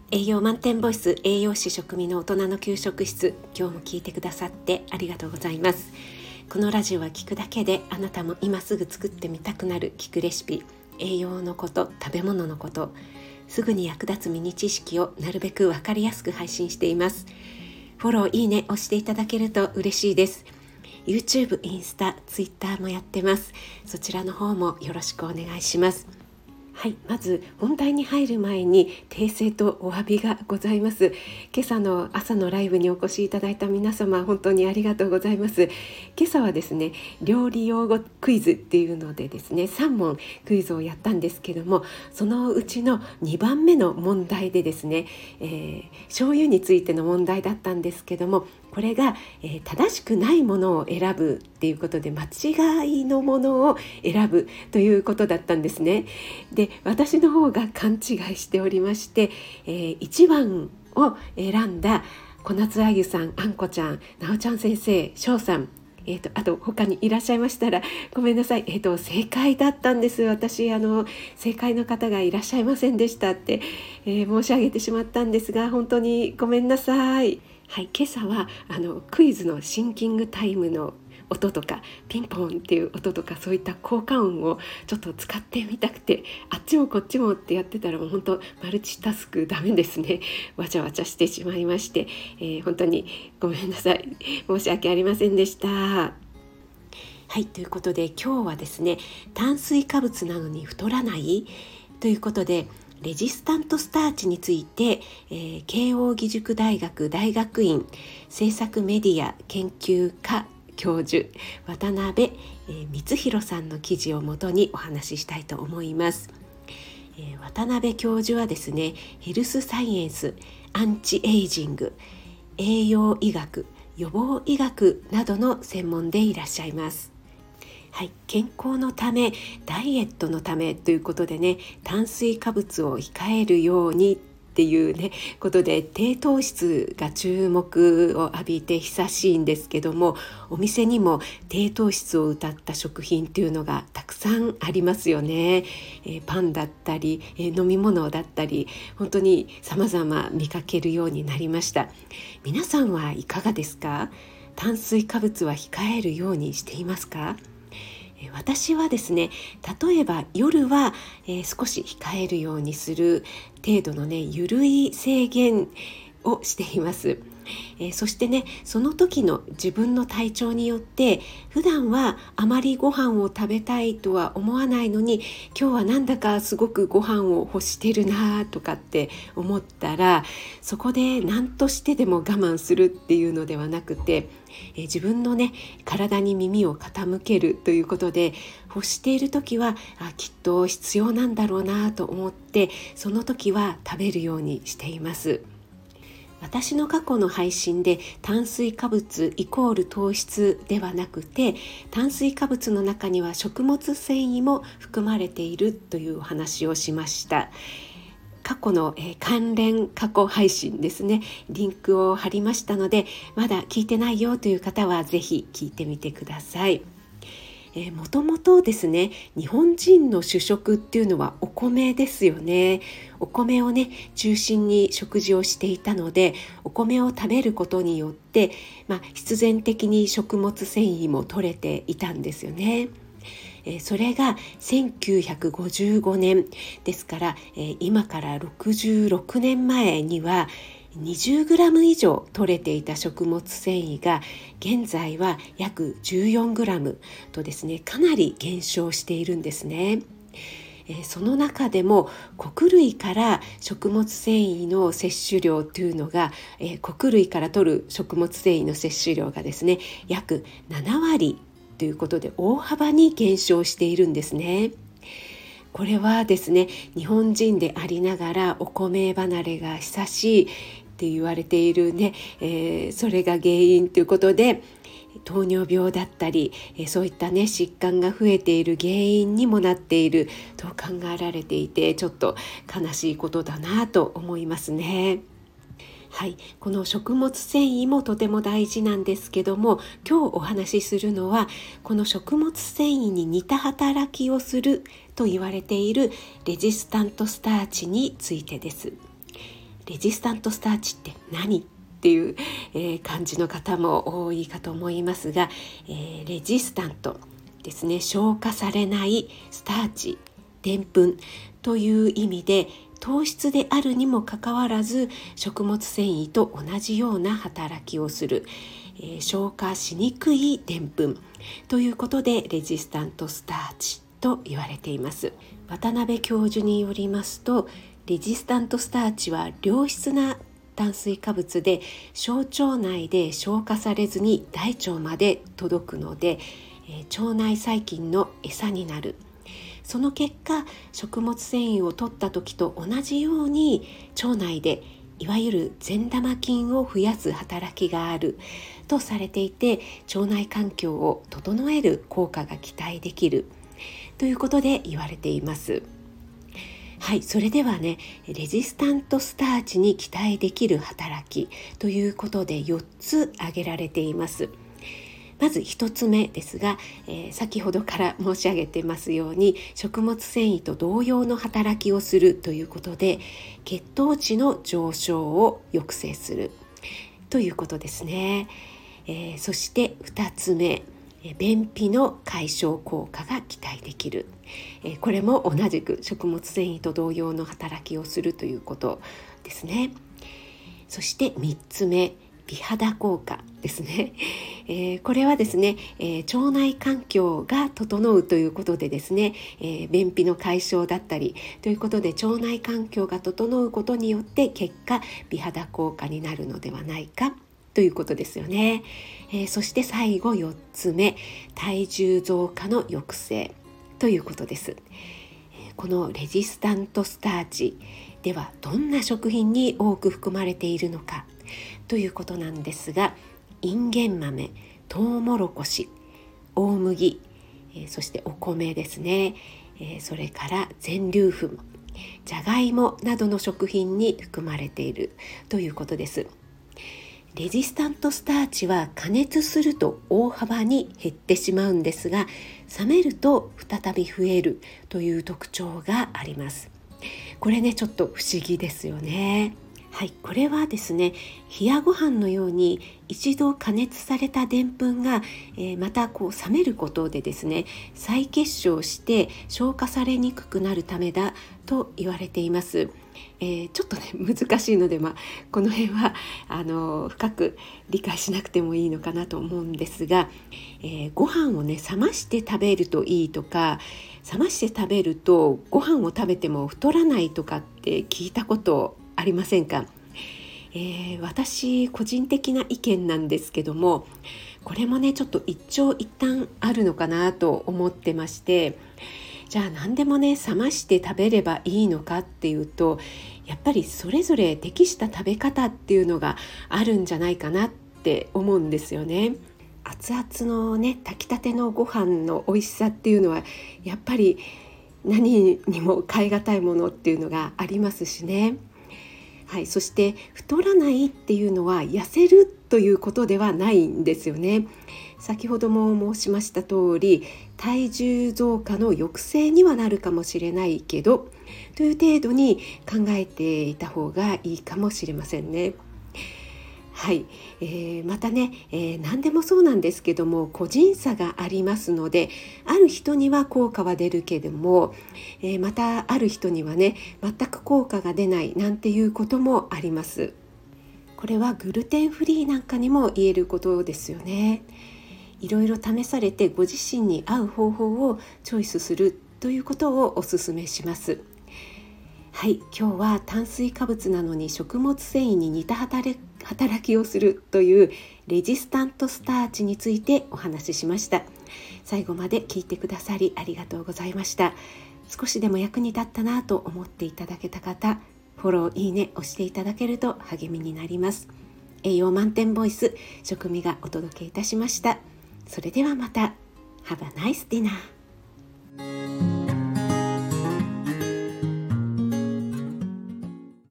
栄養満点ボイス、栄養士食味の大人の給食室。今日も聞いてくださってありがとうございます。このラジオは聞くだけであなたも今すぐ作ってみたくなる聞くレシピ、栄養のこと、食べ物のこと、すぐに役立つミニ知識をなるべく分かりやすく配信しています。フォロー、いいね押していただけると嬉しいです。 YouTube、インスタ、Twitter もやってます。そちらの方もよろしくお願いします。はい、まず本題に入る前に訂正とお詫びがございます。今朝の朝のライブにお越しいただいた皆様、本当にありがとうございます。今朝はですね、料理用語クイズっていうのでですね、3問クイズをやったんですけども、そのうちの2番目の問題でですね、醤油についての問題だったんですけども、これが、正しくないものを選ぶっていうことで、間違いのものを選ぶということだったんですね。で、私の方が勘違いしておりまして、1番を選んだ小夏あゆさん、あんこちゃん、なおちゃん先生、しょうさん、あと他にいらっしゃいましたらごめんなさい。正解だったんです。私正解の方がいらっしゃいませんでしたって、申し上げてしまったんですが、本当にごめんなさい。はい、今朝はクイズのシンキングタイムの音とかピンポンっていう音とか、そういった効果音をちょっと使ってみたくて、あっちもこっちもってやってたらもう本当マルチタスクダメですね。わちゃわちゃしてしまいまして、本当にごめんなさい。申し訳ありませんでした。はい、ということで今日はですね、炭水化物なのに太らないということで、レジスタントスターチについて、慶應義塾大学大学院政策メディア研究科教授渡辺、光弘さんの記事をもとにお話ししたいと思います。渡辺教授はですね、ヘルスサイエンス、アンチエイジング、栄養医学、予防医学などの専門でいらっしゃいます。はい、健康のため、ダイエットのためということでね、炭水化物を控えるようにっていうねことで、低糖質が注目を浴びて久しいんですけども、お店にも低糖質を謳った食品っていうのがたくさんありますよね。パンだったり、飲み物だったり、本当に様々見かけるようになりました。皆さんはいかがですか？炭水化物は控えるようにしていますか？私はですね、例えば夜は、少し控えるようにする程度のね、緩い制限をしています。そしてね、その時の自分の体調によって、普段はあまりご飯を食べたいとは思わないのに、今日はなんだかすごくご飯を欲してるなとかって思ったら、そこで何としてでも我慢するっていうのではなくて、自分のね体に耳を傾けるということで、欲している時はきっと必要なんだろうなと思って、その時は食べるようにしています。私の過去の配信で、炭水化物イコール糖質ではなくて、炭水化物の中には食物繊維も含まれているというお話をしました。過去の、関連過去配信ですね、リンクを貼りましたので、まだ聞いてないよという方はぜひ聞いてみてください。もともとですね、日本人の主食っていうのはお米ですよね。お米をね中心に食事をしていたので、お米を食べることによって、必然的に食物繊維も取れていたんですよね。それが1955年ですから、今から66年前には 20g 以上取れていた食物繊維が、現在は約 14g とですね、かなり減少しているんですね。その中でも穀類から食物繊維の摂取量というのが、穀類から摂る食物繊維の摂取量がですね、約7割ということで、大幅に減少しているんですね。これはですね、日本人でありながらお米離れが久しいって言われているね、それが原因ということで、糖尿病だったり、そういったね疾患が増えている原因にもなっていると考えられていて、ちょっと悲しいことだなと思いますね。はい、この食物繊維もとても大事なんですけども、今日お話しするのは、この食物繊維に似た働きをすると言われているレジスタントスターチについてです。 レジスタントスターチって何っていう、感じの方も多いかと思いますが、レジスタントですね、消化されないスターチ、でんぷんという意味で、糖質であるにもかかわらず食物繊維と同じような働きをする、消化しにくいでんぷんということでレジスタントスターチと言われています。渡辺教授によりますと、レジスタントスターチは良質な炭水化物で小腸内で消化されずに大腸まで届くので、腸内細菌の餌になる。その結果、食物繊維を取った時と同じように腸内でいわゆる善玉菌を増やす働きがあるとされていて、腸内環境を整える効果が期待できるということで言われています。はい、それではね、レジスタントスターチに期待できる働きということで4つ挙げられています。まず1つ目ですが、先ほどから申し上げてますように、食物繊維と同様の働きをするということで、血糖値の上昇を抑制するということですね。そして2つ目、便秘の解消効果が期待できる。これも同じく食物繊維と同様の働きをするということですね。そして3つ目、美肌効果ですね。これはですね、腸内環境が整うということでですね、便秘の解消だったりということで、腸内環境が整うことによって結果美肌効果になるのではないかということですよね。そして最後4つ目、体重増加の抑制ということです。このレジスタントスターチではどんな食品に多く含まれているのかということなんですが、インゲン豆、トウモロコシ、大麦、そしてお米ですね、それから全粒粉、じゃがいもなどの食品に含まれているということです。レジスタントスターチは加熱すると大幅に減ってしまうんですが、冷めると再び増えるという特徴があります。これね、ちょっと不思議ですよね。はい、これはですね、冷やご飯のように一度加熱されたでんぷんが、また冷めることでですね、再結晶して消化されにくくなるためだと言われています。ちょっとね難しいので、この辺は深く理解しなくてもいいのかなと思うんですが、ご飯をね冷まして食べるといいとか、冷まして食べるとご飯を食べても太らないとかって聞いたことありませんか？私個人的な意見なんですけども、これもねちょっと一長一短あるのかなと思ってまして、じゃあ何でもね冷まして食べればいいのかっていうと、やっぱりそれぞれ適した食べ方っていうのがあるんじゃないかなって思うんですよね。熱々のね炊きたてのご飯の美味しさっていうのはやっぱり何にも代え難いものっていうのがありますしね。はい、そして太らないっていうのは痩せるということではないんですよね。先ほども申しました通り、体重増加の抑制にはなるかもしれないけどという程度に考えていた方がいいかもしれませんね。はい、またね、何でもそうなんですけども個人差がありますので、ある人には効果は出るけども、またある人にはね全く効果が出ないなんていうこともあります。これはグルテンフリーなんかにも言えることですよね。いろいろ試されてご自身に合う方法をチョイスするということをお勧めします。はい、今日は炭水化物なのに食物繊維に似た働きをするというレジスタントスターチについてお話ししました。最後まで聞いてくださりありがとうございました。少しでも役に立ったなと思っていただけた方、フォロー、いいね押していただけると励みになります。栄養満点ボイス、食味がお届けいたしました。それではまた。Have a nice dinner.